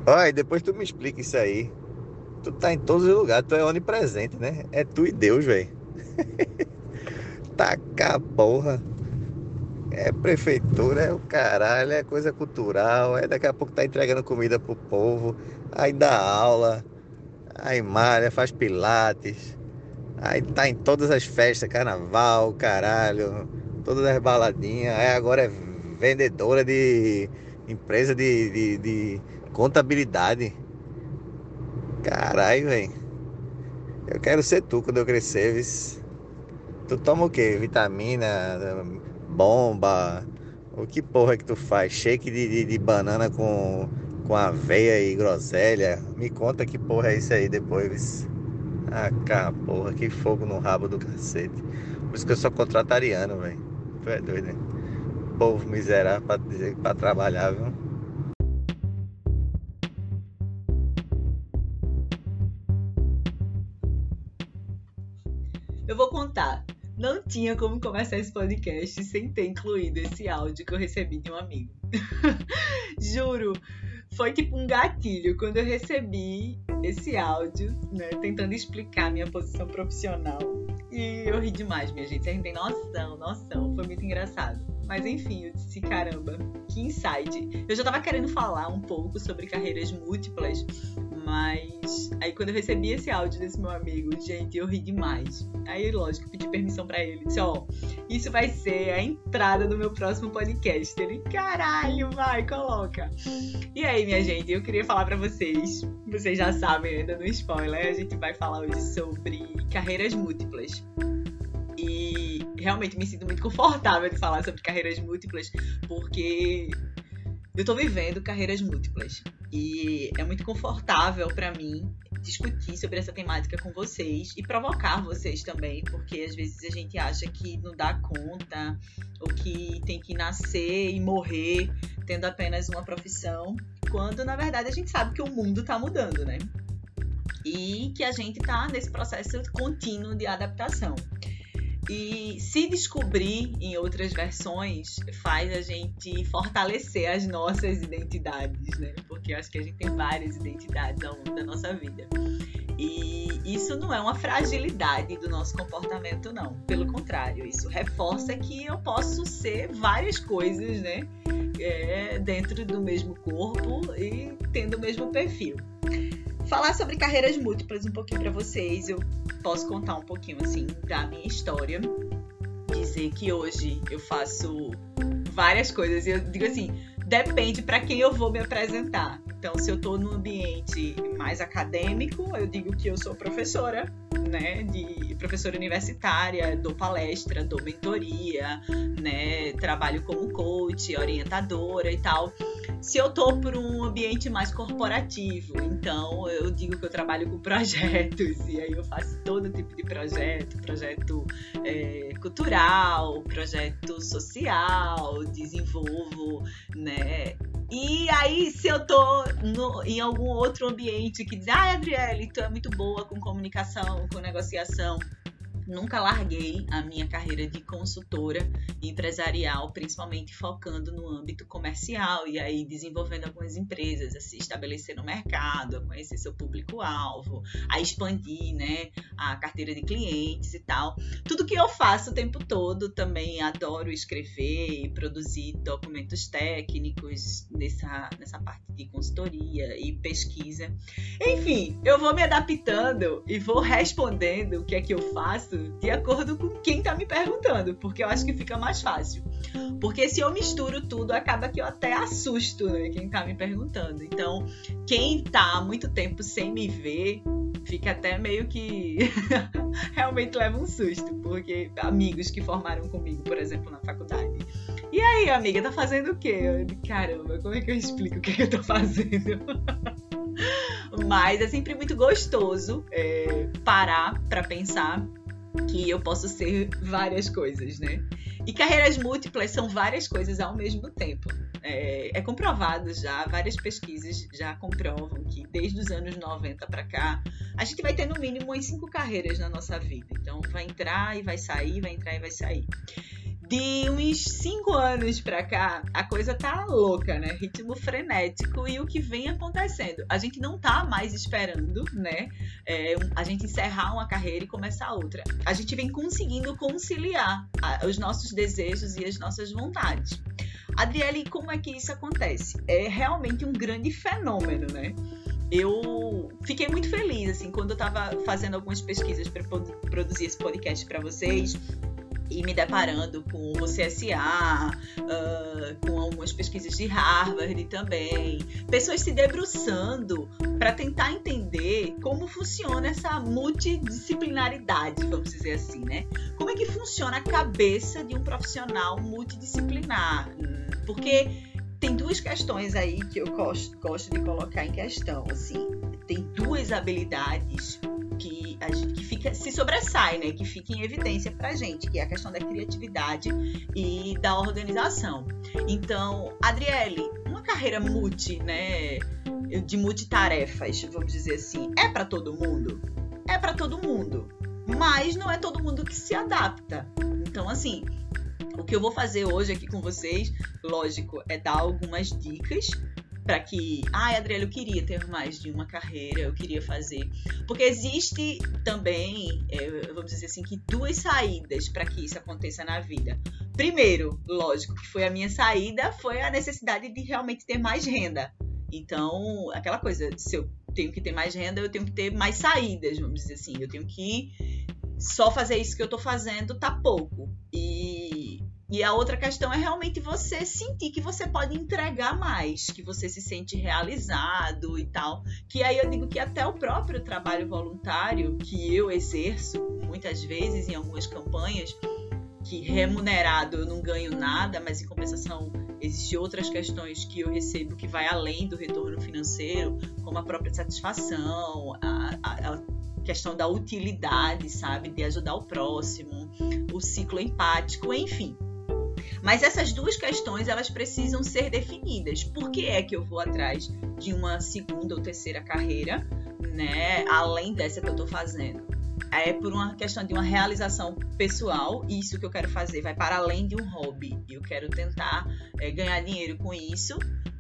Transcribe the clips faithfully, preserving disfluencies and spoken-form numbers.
Olha, depois tu me explica isso aí. Tu tá em todos os lugares, tu é onipresente, né? É tu e Deus, velho. Taca a porra. É prefeitura, é o caralho, é coisa cultural. É daqui a pouco tá entregando comida pro povo. Aí dá aula, aí malha, faz pilates. Aí tá em todas as festas, carnaval, caralho. Todas as baladinhas. Aí agora é vendedora de empresa de, de, de contabilidade. Caralho, velho. Eu quero ser tu quando eu crescer, vis. Tu toma o quê? Vitamina, bomba? O que porra que tu faz? Shake de, de, de banana com, com aveia e groselha? Me conta que porra é isso aí depois, vis. Ah, cá, porra, que fogo no rabo do cacete. Por isso que eu sou contratariano, velho. Tu é doido, né? Povo miserável pra dizer pra trabalhar, viu? Eu vou contar. Não tinha como começar esse podcast sem ter incluído esse áudio que eu recebi de um amigo. Juro, foi tipo um gatilho quando eu recebi esse áudio, né, tentando explicar minha posição profissional. E eu ri demais, minha gente. Vocês não tem noção, noção. Foi muito engraçado. Mas enfim, eu disse, caramba, que insight. Eu já tava querendo falar um pouco sobre carreiras múltiplas, mas aí quando eu recebi esse áudio desse meu amigo, gente, eu ri demais. Aí, lógico, eu pedi permissão pra ele. Disse, ó, isso vai ser a entrada do meu próximo podcast. Ele, caralho, vai, coloca. E aí, minha gente, eu queria falar pra vocês, vocês já sabem, ainda no spoiler, a gente vai falar hoje sobre carreiras múltiplas. E realmente me sinto muito confortável de falar sobre carreiras múltiplas, porque eu tô vivendo carreiras múltiplas. E é muito confortável pra mim discutir sobre essa temática com vocês e provocar vocês também, porque às vezes a gente acha que não dá conta, ou que tem que nascer e morrer tendo apenas uma profissão, quando na verdade a gente sabe que o mundo tá mudando, né? E que a gente tá nesse processo contínuo de adaptação. E se descobrir em outras versões faz a gente fortalecer as nossas identidades, né? Porque eu acho que a gente tem várias identidades ao longo da nossa vida. E isso não é uma fragilidade do nosso comportamento, não. Pelo contrário, isso reforça que eu posso ser várias coisas, né? É, dentro do mesmo corpo e tendo o mesmo perfil. Falar sobre carreiras múltiplas um pouquinho para vocês, eu posso contar um pouquinho assim da minha história, dizer que hoje eu faço várias coisas e eu digo assim, depende para quem eu vou me apresentar. Então, se eu estou num ambiente mais acadêmico, eu digo que eu sou professora, né, de professora universitária, dou palestra, dou mentoria, né, trabalho como coach, orientadora e tal. Se eu tô por um ambiente mais corporativo, então eu digo que eu trabalho com projetos, e aí eu faço todo tipo de projeto, projeto é, cultural, projeto social, desenvolvo, né? E aí, se eu tô no, em algum outro ambiente que diz, ah, Adriele, tu é muito boa com comunicação, com negociação, nunca larguei a minha carreira de consultora empresarial, principalmente focando no âmbito comercial e aí desenvolvendo algumas empresas, a se estabelecer no mercado, a conhecer seu público-alvo, a expandir, né, a carteira de clientes e tal. Tudo que eu faço o tempo todo, também adoro escrever e produzir documentos técnicos nessa, nessa parte de consultoria e pesquisa. Enfim, eu vou me adaptando e vou respondendo o que é que eu faço de acordo com quem está me perguntando, porque eu acho que fica mais fácil. Porque se eu misturo tudo, acaba que eu até assusto, né, quem está me perguntando. Então, quem está há muito tempo sem me ver, fica até meio que realmente leva um susto, porque amigos que formaram comigo, por exemplo, na faculdade. E aí, amiga, tá fazendo o quê? Eu digo, caramba, como é que eu explico o que, é que eu tô fazendo? Mas é sempre muito gostoso é, parar para pensar que eu posso ser várias coisas, né? E carreiras múltiplas são várias coisas ao mesmo tempo. É, é comprovado já, várias pesquisas já comprovam que desde os anos noventa para cá, a gente vai ter no mínimo umas cinco carreiras na nossa vida. Então vai entrar e vai sair, vai entrar e vai sair. De uns cinco anos pra cá, a coisa tá louca, né? Ritmo frenético e o que vem acontecendo. A gente não tá mais esperando, né? É, a gente encerrar uma carreira e começar outra. A gente vem conseguindo conciliar a, os nossos desejos e as nossas vontades. Adriele, como é que isso acontece? É realmente um grande fenômeno, né? Eu fiquei muito feliz, assim, quando eu tava fazendo algumas pesquisas para produzir esse podcast para vocês, e me deparando com o C S A, uh, com algumas pesquisas de Harvard também, pessoas se debruçando para tentar entender como funciona essa multidisciplinaridade, vamos dizer assim, né? Como é que funciona a cabeça de um profissional multidisciplinar? Porque tem duas questões aí que eu gosto, gosto de colocar em questão, assim. Tem duas habilidades que, a gente, que fica, se sobressai, né? Que fica em evidência pra gente, que é a questão da criatividade e da organização. Então, Adriele, uma carreira multi, né? De multitarefas, vamos dizer assim, é para todo mundo? É para todo mundo, mas não é todo mundo que se adapta. Então, assim, o que eu vou fazer hoje aqui com vocês, lógico, é dar algumas dicas para que, ai, Adriele, eu queria ter mais de uma carreira, eu queria fazer, porque existe também, é, vamos dizer assim, que duas saídas para que isso aconteça na vida. Primeiro, lógico, que foi a minha saída, foi a necessidade de realmente ter mais renda. Então, aquela coisa, se eu tenho que ter mais renda, eu tenho que ter mais saídas, vamos dizer assim, eu tenho que só fazer isso que eu tô fazendo tá pouco. E E a outra questão é realmente você sentir que você pode entregar mais, que você se sente realizado e tal. Que aí eu digo que até o próprio trabalho voluntário que eu exerço, muitas vezes em algumas campanhas, que remunerado eu não ganho nada, mas em compensação existem outras questões que eu recebo que vai além do retorno financeiro, como a própria satisfação, a, a, a questão da utilidade, sabe? De ajudar o próximo, o ciclo empático, enfim. Mas essas duas questões, elas precisam ser definidas. Por que é que eu vou atrás de uma segunda ou terceira carreira, né, além dessa que eu estou fazendo? É por uma questão de uma realização pessoal, e isso que eu quero fazer vai para além de um hobby. Eu quero tentar é, ganhar dinheiro com isso,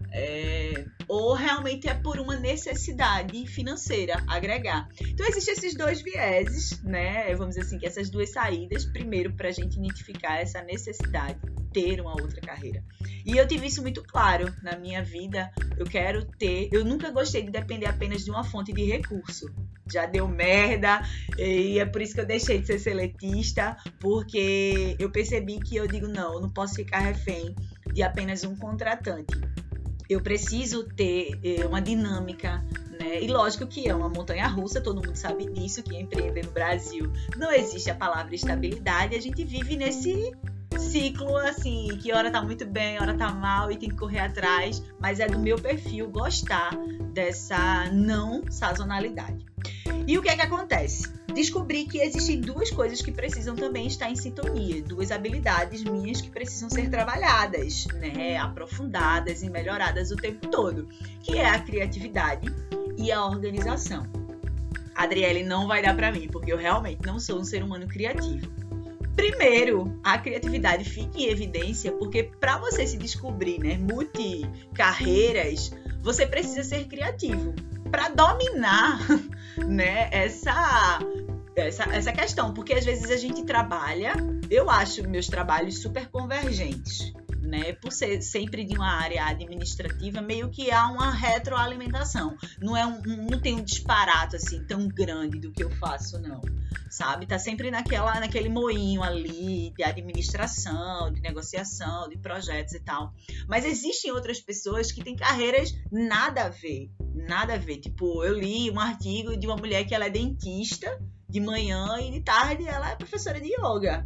é, ou realmente é por uma necessidade financeira, agregar. Então, existem esses dois vieses, né? Vamos dizer assim, que essas duas saídas, primeiro, para a gente identificar essa necessidade, ter uma outra carreira. E eu tive isso muito claro na minha vida. Eu quero ter... Eu nunca gostei de depender apenas de uma fonte de recurso. Já deu merda, e é por isso que eu deixei de ser seletista, porque eu percebi que eu digo, não, eu não posso ficar refém de apenas um contratante. Eu preciso ter eh, uma dinâmica, né? E lógico que é uma montanha-russa, todo mundo sabe disso, que empreender no Brasil não existe a palavra estabilidade, a gente vive nesse ciclo, assim, que hora tá muito bem, hora tá mal e tem que correr atrás, mas é do meu perfil gostar dessa não sazonalidade. E o que é que acontece? Descobri que existem duas coisas que precisam também estar em sintonia, duas habilidades minhas que precisam ser trabalhadas, né, aprofundadas e melhoradas o tempo todo, que é a criatividade e a organização. A Adriele não vai dar para mim, porque eu realmente não sou um ser humano criativo. Primeiro, a criatividade fica em evidência, porque para você se descobrir, né, multicarreiras, você precisa ser criativo para dominar, né, essa, essa, essa questão, porque às vezes a gente trabalha, eu acho meus trabalhos super convergentes, né, por ser sempre de uma área administrativa, meio que há uma retroalimentação, não, é um, não tem um disparate assim tão grande do que eu faço, não, sabe, tá sempre naquela, naquele moinho ali de administração, de negociação, de projetos e tal, mas existem outras pessoas que têm carreiras nada a ver, nada a ver, tipo, eu li um artigo de uma mulher que ela é dentista de manhã e de tarde ela é professora de yoga.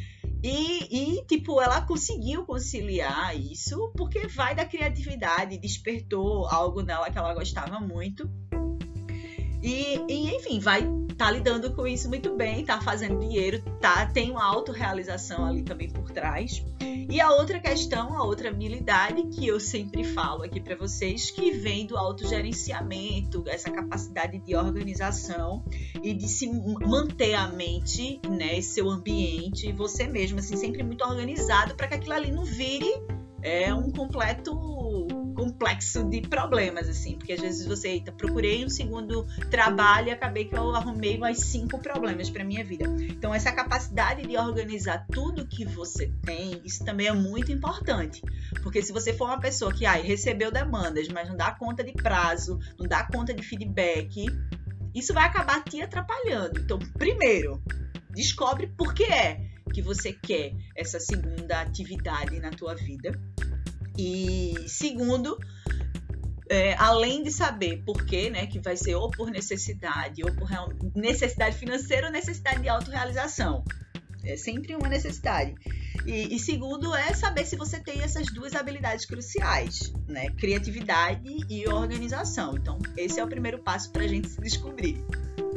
E, e, tipo, ela conseguiu conciliar isso porque vai da criatividade, despertou algo nela que ela gostava muito. E, e enfim, vai tá lidando com isso muito bem, tá fazendo dinheiro, tá, tem uma autorrealização ali também por trás. E a outra questão, a outra habilidade que eu sempre falo aqui para vocês, que vem do autogerenciamento, essa capacidade de organização e de se manter a mente, né, seu ambiente, você mesmo, assim, sempre muito organizado para que aquilo ali não vire é, um completo complexo de problemas, assim, porque às vezes você, eita, procurei um segundo trabalho e acabei que eu arrumei mais cinco problemas para minha vida. Então, essa capacidade de organizar tudo que você tem, isso também é muito importante, porque se você for uma pessoa que ai, recebeu demandas, mas não dá conta de prazo, não dá conta de feedback, isso vai acabar te atrapalhando. Então, primeiro, descobre por que é que você quer essa segunda atividade na tua vida. E segundo, é, além de saber por quê, né, que vai ser ou por necessidade, ou por real, necessidade financeira ou necessidade de autorrealização. É sempre uma necessidade. E, e segundo é saber se você tem essas duas habilidades cruciais, né, criatividade e organização. Então, esse é o primeiro passo para a gente se descobrir.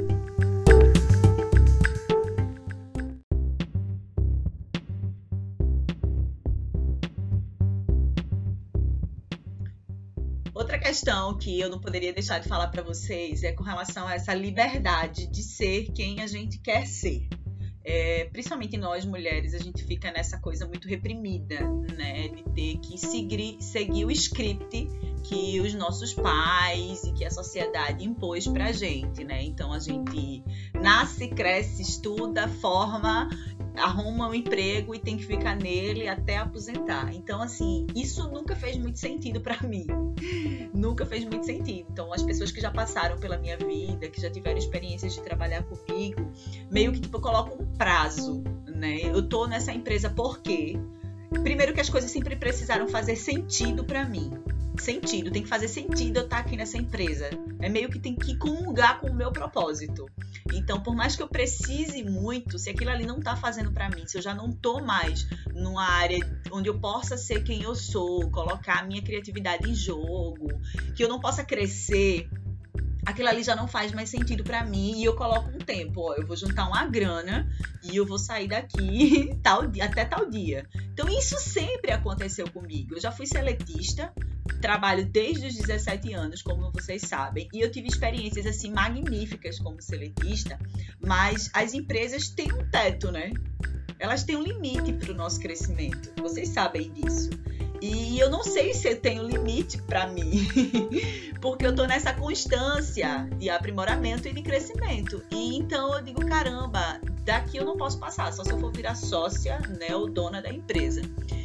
Outra questão que eu não poderia deixar de falar para vocês é com relação a essa liberdade de ser quem a gente quer ser. É, principalmente nós mulheres, a gente fica nessa coisa muito reprimida, né, de ter que seguir, seguir o script que os nossos pais e que a sociedade impôs pra gente, né? Então a gente nasce, cresce, estuda, forma, arruma um emprego e tem que ficar nele até aposentar. Então, assim, isso nunca fez muito sentido pra mim. Nunca fez muito sentido. Então, as pessoas que já passaram pela minha vida, que já tiveram experiências de trabalhar comigo, meio que, tipo, eu coloco um prazo, né? Eu tô nessa empresa por quê? Primeiro que as coisas sempre precisaram fazer sentido pra mim. Sentido, tem que fazer sentido eu estar aqui nessa empresa. É meio que tem que comungar com o meu propósito. Então, por mais que eu precise muito, se aquilo ali não tá fazendo pra mim, se eu já não tô mais numa área onde eu possa ser quem eu sou, colocar a minha criatividade em jogo, que eu não possa crescer, aquilo ali já não faz mais sentido pra mim e eu coloco um tempo, ó, eu vou juntar uma grana e eu vou sair daqui tal dia, até tal dia. Então, isso sempre aconteceu comigo. Eu já fui seletista, trabalho desde os dezessete anos, como vocês sabem, e eu tive experiências assim magníficas como seletista, mas as empresas têm um teto, né? Elas têm um limite para o nosso crescimento, vocês sabem disso. E eu não sei se eu tenho limite para mim, porque eu tô nessa constância de aprimoramento e de crescimento. E então eu digo, caramba, daqui eu não posso passar, só se eu for virar sócia, né, ou dona da empresa.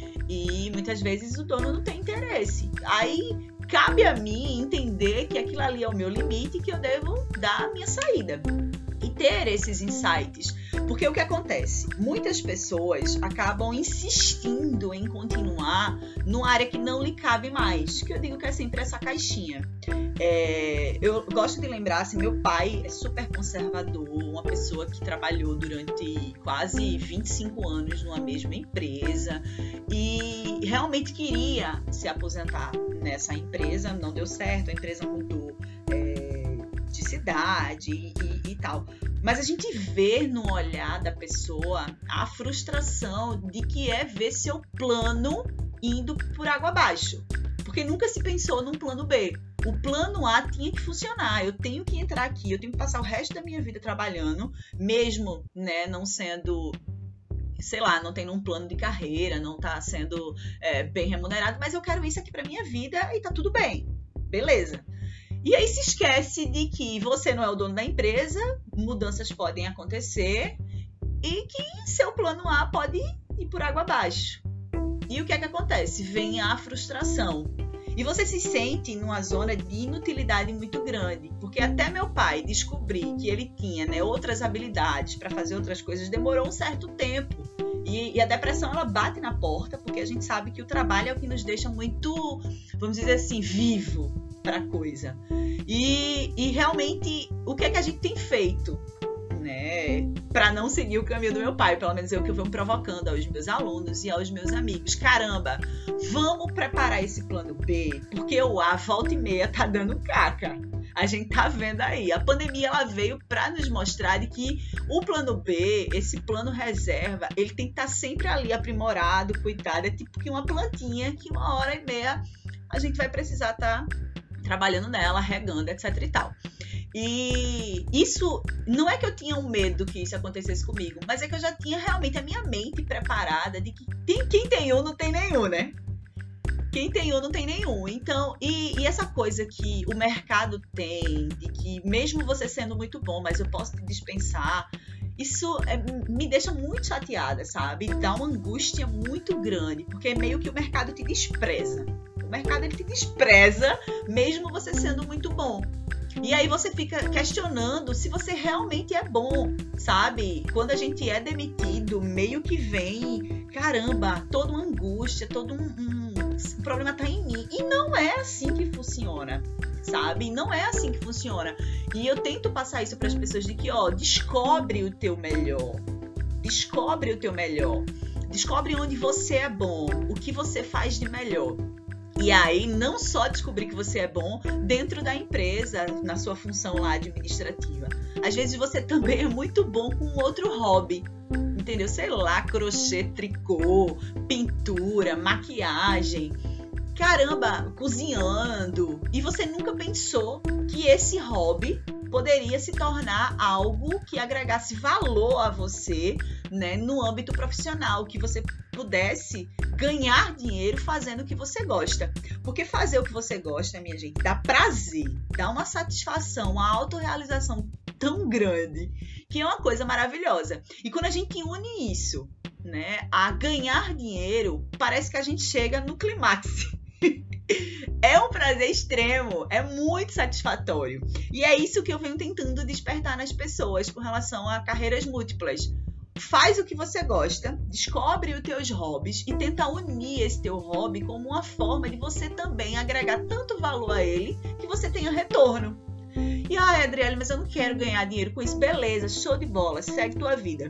E muitas vezes o dono não tem interesse. Aí cabe a mim entender que aquilo ali é o meu limite e que eu devo dar a minha saída. E ter esses insights. Porque o que acontece? Muitas pessoas acabam insistindo em continuar numa área que não lhe cabe mais. Que eu digo que é sempre essa caixinha. É, eu gosto de lembrar, assim, meu pai é super conservador, uma pessoa que trabalhou durante quase vinte e cinco anos numa mesma empresa e realmente queria se aposentar nessa empresa, não deu certo, a empresa mudou é, de cidade e, e, e tal. Mas a gente vê no olhar da pessoa a frustração de que é ver seu plano indo por água abaixo, porque nunca se pensou num plano B. O plano A tinha que funcionar, eu tenho que entrar aqui, eu tenho que passar o resto da minha vida trabalhando, mesmo, né, não sendo, sei lá, não tendo um plano de carreira, não tá sendo é, bem remunerado, mas eu quero isso aqui pra minha vida e tá tudo bem, beleza. E aí se esquece de que você não é o dono da empresa, mudanças podem acontecer e que seu plano A pode ir por água abaixo. E o que é que acontece? Vem a frustração. E você se sente numa zona de inutilidade muito grande, porque até meu pai descobrir que ele tinha, né, outras habilidades para fazer outras coisas, demorou um certo tempo. E, e a depressão, ela bate na porta, porque a gente sabe que o trabalho é o que nos deixa muito, vamos dizer assim, vivo para a coisa. E, e realmente, o que é que a gente tem feito, né, para não seguir o caminho do meu pai? Pelo menos é o que eu venho provocando aos meus alunos e aos meus amigos. Caramba, vamos preparar esse plano B, porque o A, volta e meia, tá dando caca. A gente tá vendo aí. A pandemia ela veio para nos mostrar de que o plano B, esse plano reserva, ele tem que estar sempre ali aprimorado, cuidado. É tipo que uma plantinha que uma hora e meia a gente vai precisar estar trabalhando nela, regando, etc e tal. E isso, não é que eu tinha um medo que isso acontecesse comigo, mas é que eu já tinha realmente a minha mente preparada de que tem, quem tem um não tem nenhum, né? Quem tem um não tem nenhum. Então, e, e essa coisa que o mercado tem, de que mesmo você sendo muito bom, mas eu posso te dispensar, isso é, me deixa muito chateada, sabe? Dá uma angústia muito grande, porque meio que o mercado te despreza. O mercado ele te despreza, mesmo você sendo muito bom. E aí você fica questionando se você realmente é bom, sabe? Quando a gente é demitido, meio que vem, caramba, toda uma angústia, todo um... um o problema tá em mim. E não é assim que funciona, sabe? Não é assim que funciona. E eu tento passar isso para as pessoas de que, ó, descobre o teu melhor. Descobre o teu melhor. Descobre onde você é bom, o que você faz de melhor. E aí, não só descobrir que você é bom dentro da empresa, na sua função lá administrativa. Às vezes você também é muito bom com outro hobby. Entendeu? Sei lá, crochê, tricô, pintura, maquiagem, caramba, cozinhando. E você nunca pensou que esse hobby poderia se tornar algo que agregasse valor a você, né, no âmbito profissional, que você pudesse ganhar dinheiro fazendo o que você gosta. Porque fazer o que você gosta, minha gente, dá prazer, dá uma satisfação, uma autorrealização tão grande, que é uma coisa maravilhosa. E quando a gente une isso, né, a ganhar dinheiro, parece que a gente chega no clímax. É um prazer extremo, é muito satisfatório. E é isso que eu venho tentando despertar nas pessoas com relação a carreiras múltiplas. Faz o que você gosta, descobre os teus hobbies e tenta unir esse teu hobby como uma forma de você também agregar tanto valor a ele que você tenha retorno. E, ah, Adriele, mas eu não quero ganhar dinheiro com isso. Beleza, show de bola, segue tua vida.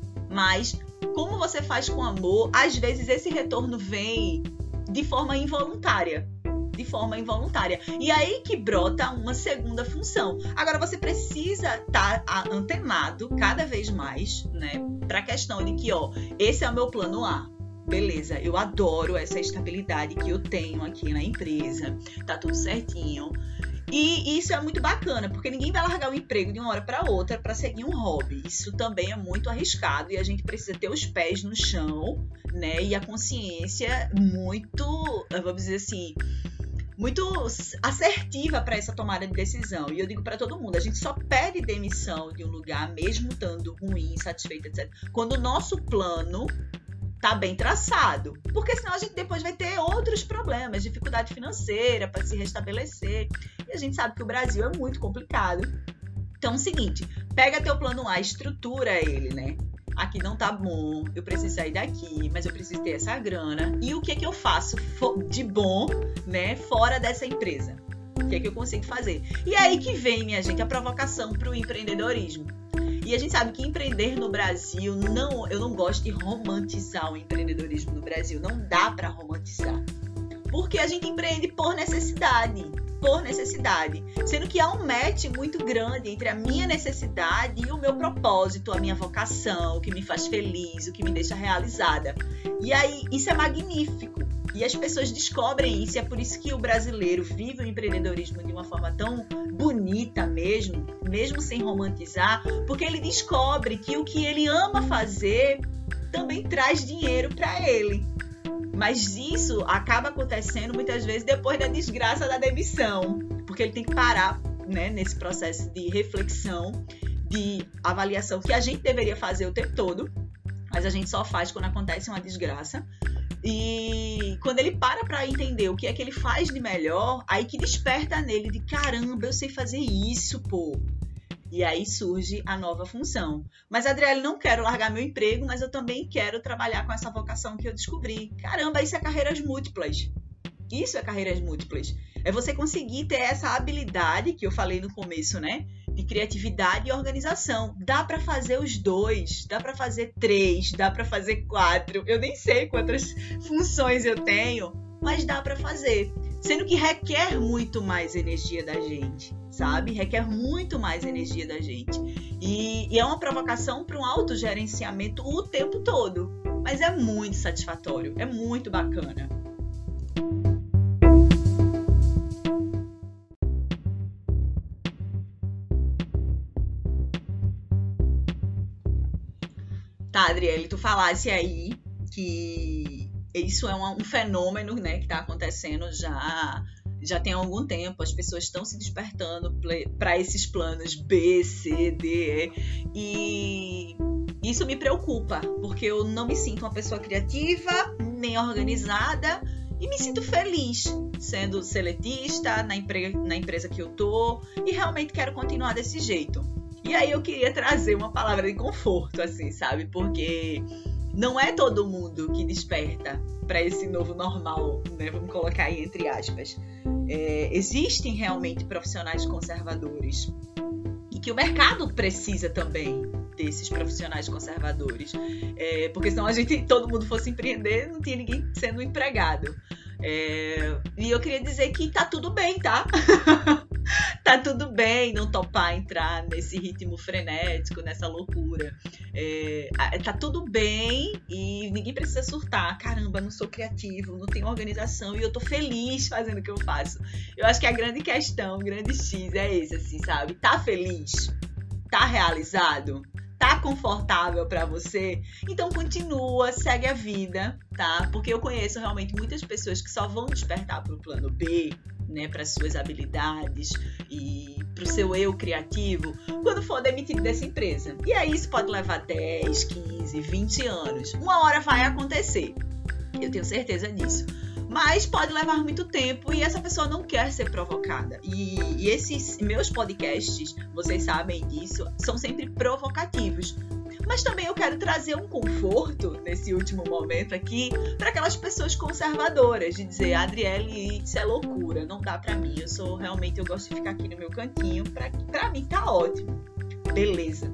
Mas, como você faz com amor, às vezes esse retorno vem de forma involuntária. De forma involuntária. E aí que brota uma segunda função. Agora, você precisa estar antenado cada vez mais, né, para a questão de que, ó, esse é o meu plano A. Beleza, eu adoro essa estabilidade que eu tenho aqui na empresa. Tá tudo certinho. E isso é muito bacana, porque ninguém vai largar o emprego de uma hora para outra para seguir um hobby. Isso também é muito arriscado e a gente precisa ter os pés no chão, né? E a consciência muito, vamos dizer assim, muito assertiva para essa tomada de decisão. E eu digo para todo mundo, a gente só pede demissão de um lugar, mesmo estando ruim, insatisfeito, etcétera, quando o nosso plano tá bem traçado, porque senão a gente depois vai ter outros problemas, dificuldade financeira para se restabelecer, e a gente sabe que o Brasil é muito complicado. Então é o seguinte, pega teu plano A, estrutura ele, né? Aqui não tá bom, eu preciso sair daqui, mas eu preciso ter essa grana, e o que é que eu faço de bom, né, fora dessa empresa? O que é que eu consigo fazer? E é aí que vem, minha gente, a provocação para o empreendedorismo. E a gente sabe que empreender no Brasil, não, eu não gosto de romantizar o empreendedorismo no Brasil. Não dá para romantizar. Porque a gente empreende por necessidade. Por necessidade. Sendo que há um match muito grande entre a minha necessidade e o meu propósito, a minha vocação, o que me faz feliz, o que me deixa realizada. E aí, isso é magnífico. E as pessoas descobrem isso, e é por isso que o brasileiro vive o empreendedorismo de uma forma tão bonita mesmo, mesmo sem romantizar, porque ele descobre que o que ele ama fazer também traz dinheiro para ele. Mas isso acaba acontecendo muitas vezes depois da desgraça da demissão, porque ele tem que parar, né, nesse processo de reflexão, de avaliação que a gente deveria fazer o tempo todo, mas a gente só faz quando acontece uma desgraça. E quando ele para para entender o que é que ele faz de melhor, aí que desperta nele de caramba, eu sei fazer isso, pô. E aí surge a nova função. Mas, Adriele, não quero largar meu emprego, mas eu também quero trabalhar com essa vocação que eu descobri. Caramba, isso é carreiras múltiplas. Isso é carreiras múltiplas. É você conseguir ter essa habilidade que eu falei no começo, né? De criatividade e organização. Dá para fazer os dois, dá para fazer três, dá para fazer quatro. Eu nem sei quantas funções eu tenho, mas dá para fazer. Sendo que requer muito mais energia da gente, sabe? Requer muito mais energia da gente. E, e é uma provocação para um autogerenciamento o tempo todo. Mas é muito satisfatório, é muito bacana. Tá, Adriele, tu falasse aí que isso é um, um fenômeno, né, que está acontecendo já, já tem algum tempo. As pessoas estão se despertando para esses planos B, C, D, e isso me preocupa, porque eu não me sinto uma pessoa criativa, nem organizada, e me sinto feliz sendo seletista na, empre- na empresa que eu tô, e realmente quero continuar desse jeito. E aí eu queria trazer uma palavra de conforto, assim, sabe? Porque não é todo mundo que desperta para esse novo normal, né? Vamos colocar aí entre aspas. É, existem realmente profissionais conservadores e que o mercado precisa também desses profissionais conservadores. É, porque senão a gente, todo mundo fosse empreender, não tinha ninguém sendo empregado. É, e eu queria dizer que tá tudo bem, tá? Tá tudo bem não topar entrar nesse ritmo frenético, nessa loucura. É, tá tudo bem e ninguém precisa surtar. Caramba, não sou criativo, não tenho organização e eu tô feliz fazendo o que eu faço. Eu acho que a grande questão, o grande X é esse, assim, sabe? Tá feliz? Tá realizado? Tá confortável para você? Então continua, segue a vida, tá? Porque eu conheço realmente muitas pessoas que só vão despertar pro plano B, né, para suas habilidades e para o seu eu criativo quando for demitido dessa empresa. E aí isso pode levar dez, quinze, vinte anos. Uma hora vai acontecer, eu tenho certeza disso. Mas pode levar muito tempo e essa pessoa não quer ser provocada. E, e esses meus podcasts, vocês sabem disso, são sempre provocativos. Mas também eu quero trazer um conforto nesse último momento aqui para aquelas pessoas conservadoras, de dizer, Adriele, isso é loucura, não dá para mim, eu sou realmente, eu gosto de ficar aqui no meu cantinho, para para mim tá ótimo. Beleza.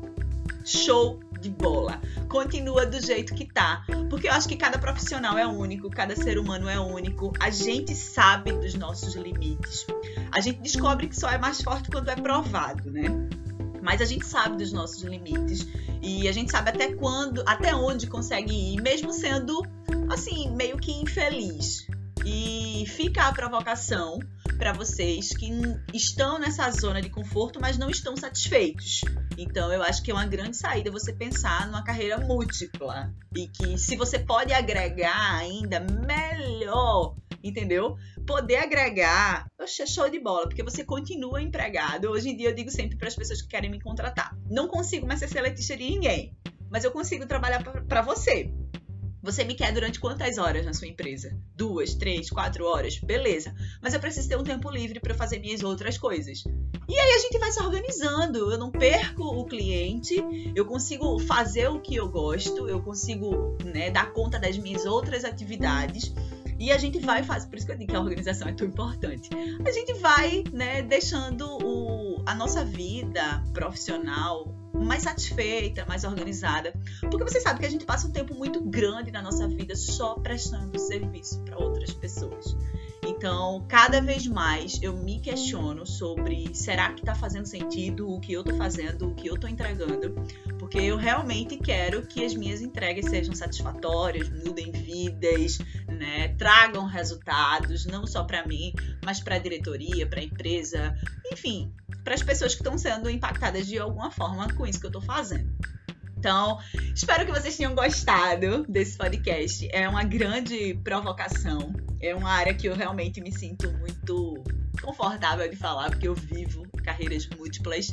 Show de bola. Continua do jeito que tá, porque eu acho que cada profissional é único, cada ser humano é único, a gente sabe dos nossos limites. A gente descobre que só é mais forte quando é provado, né? Mas a gente sabe dos nossos limites e a gente sabe até quando, até onde consegue ir, mesmo sendo, assim, meio que infeliz. E fica a provocação para vocês que estão nessa zona de conforto, mas não estão satisfeitos. Então, eu acho que é uma grande saída você pensar numa carreira múltipla e que se você pode agregar ainda melhor, entendeu? Poder agregar, oxe, é show de bola, porque você continua empregado. Hoje em dia eu digo sempre para as pessoas que querem me contratar, não consigo mais ser seletista de ninguém, mas eu consigo trabalhar para você. Você me quer durante quantas horas na sua empresa? Duas, três, quatro horas? Beleza. Mas eu preciso ter um tempo livre para fazer minhas outras coisas. E aí a gente vai se organizando. Eu não perco o cliente, eu consigo fazer o que eu gosto, eu consigo, né, dar conta das minhas outras atividades. E a gente vai fazer, por isso que eu digo que a organização é tão importante. A gente vai, né, deixando o, a nossa vida profissional mais satisfeita, mais organizada. Porque você sabe que a gente passa um tempo muito grande na nossa vida só prestando serviço para outras pessoas. Então, cada vez mais eu me questiono sobre será que está fazendo sentido o que eu estou fazendo, o que eu estou entregando? Porque eu realmente quero que as minhas entregas sejam satisfatórias, mudem vidas, né? Tragam resultados, não só para mim, mas para a diretoria, para a empresa, enfim, para as pessoas que estão sendo impactadas de alguma forma com isso que eu estou fazendo. Então, espero que vocês tenham gostado desse podcast. É uma grande provocação. É uma área que eu realmente me sinto muito confortável de falar, porque eu vivo carreiras múltiplas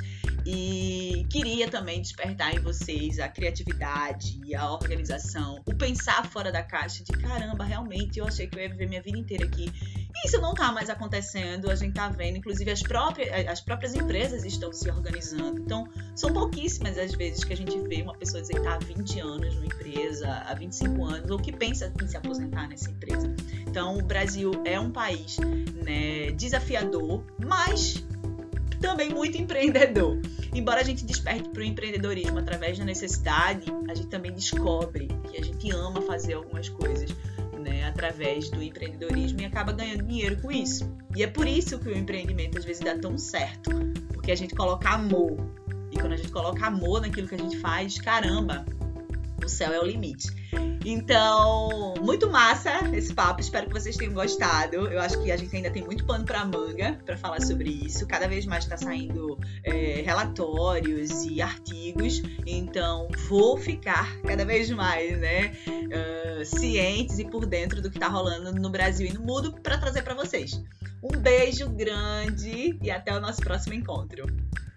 e queria também despertar em vocês a criatividade, a organização, o pensar fora da caixa de caramba, realmente eu achei que eu ia viver minha vida inteira aqui. E isso não tá mais acontecendo, a gente tá vendo, inclusive as próprias, as próprias empresas estão se organizando. Então, são pouquíssimas as vezes que a gente vê uma pessoa dizer que tá há vinte anos numa empresa, há vinte e cinco anos, ou que pensa em se aposentar nessa empresa. Então, o Brasil é um país, né, desafiador, mas também muito empreendedor. Embora a gente desperte para o empreendedorismo através da necessidade, a gente também descobre que a gente ama fazer algumas coisas, né? né, através do empreendedorismo e acaba ganhando dinheiro com isso. E é por isso que o empreendimento às vezes dá tão certo, porque a gente coloca amor. E quando a gente coloca amor naquilo que a gente faz, caramba, o céu é o limite. Então, muito massa esse papo, espero que vocês tenham gostado. Eu acho que a gente ainda tem muito pano para manga para falar sobre isso. Cada vez mais está saindo é, relatórios e artigos, então vou ficar cada vez mais, né, uh, cientes e por dentro do que está rolando no Brasil e no mundo para trazer para vocês. Um beijo grande e até o nosso próximo encontro.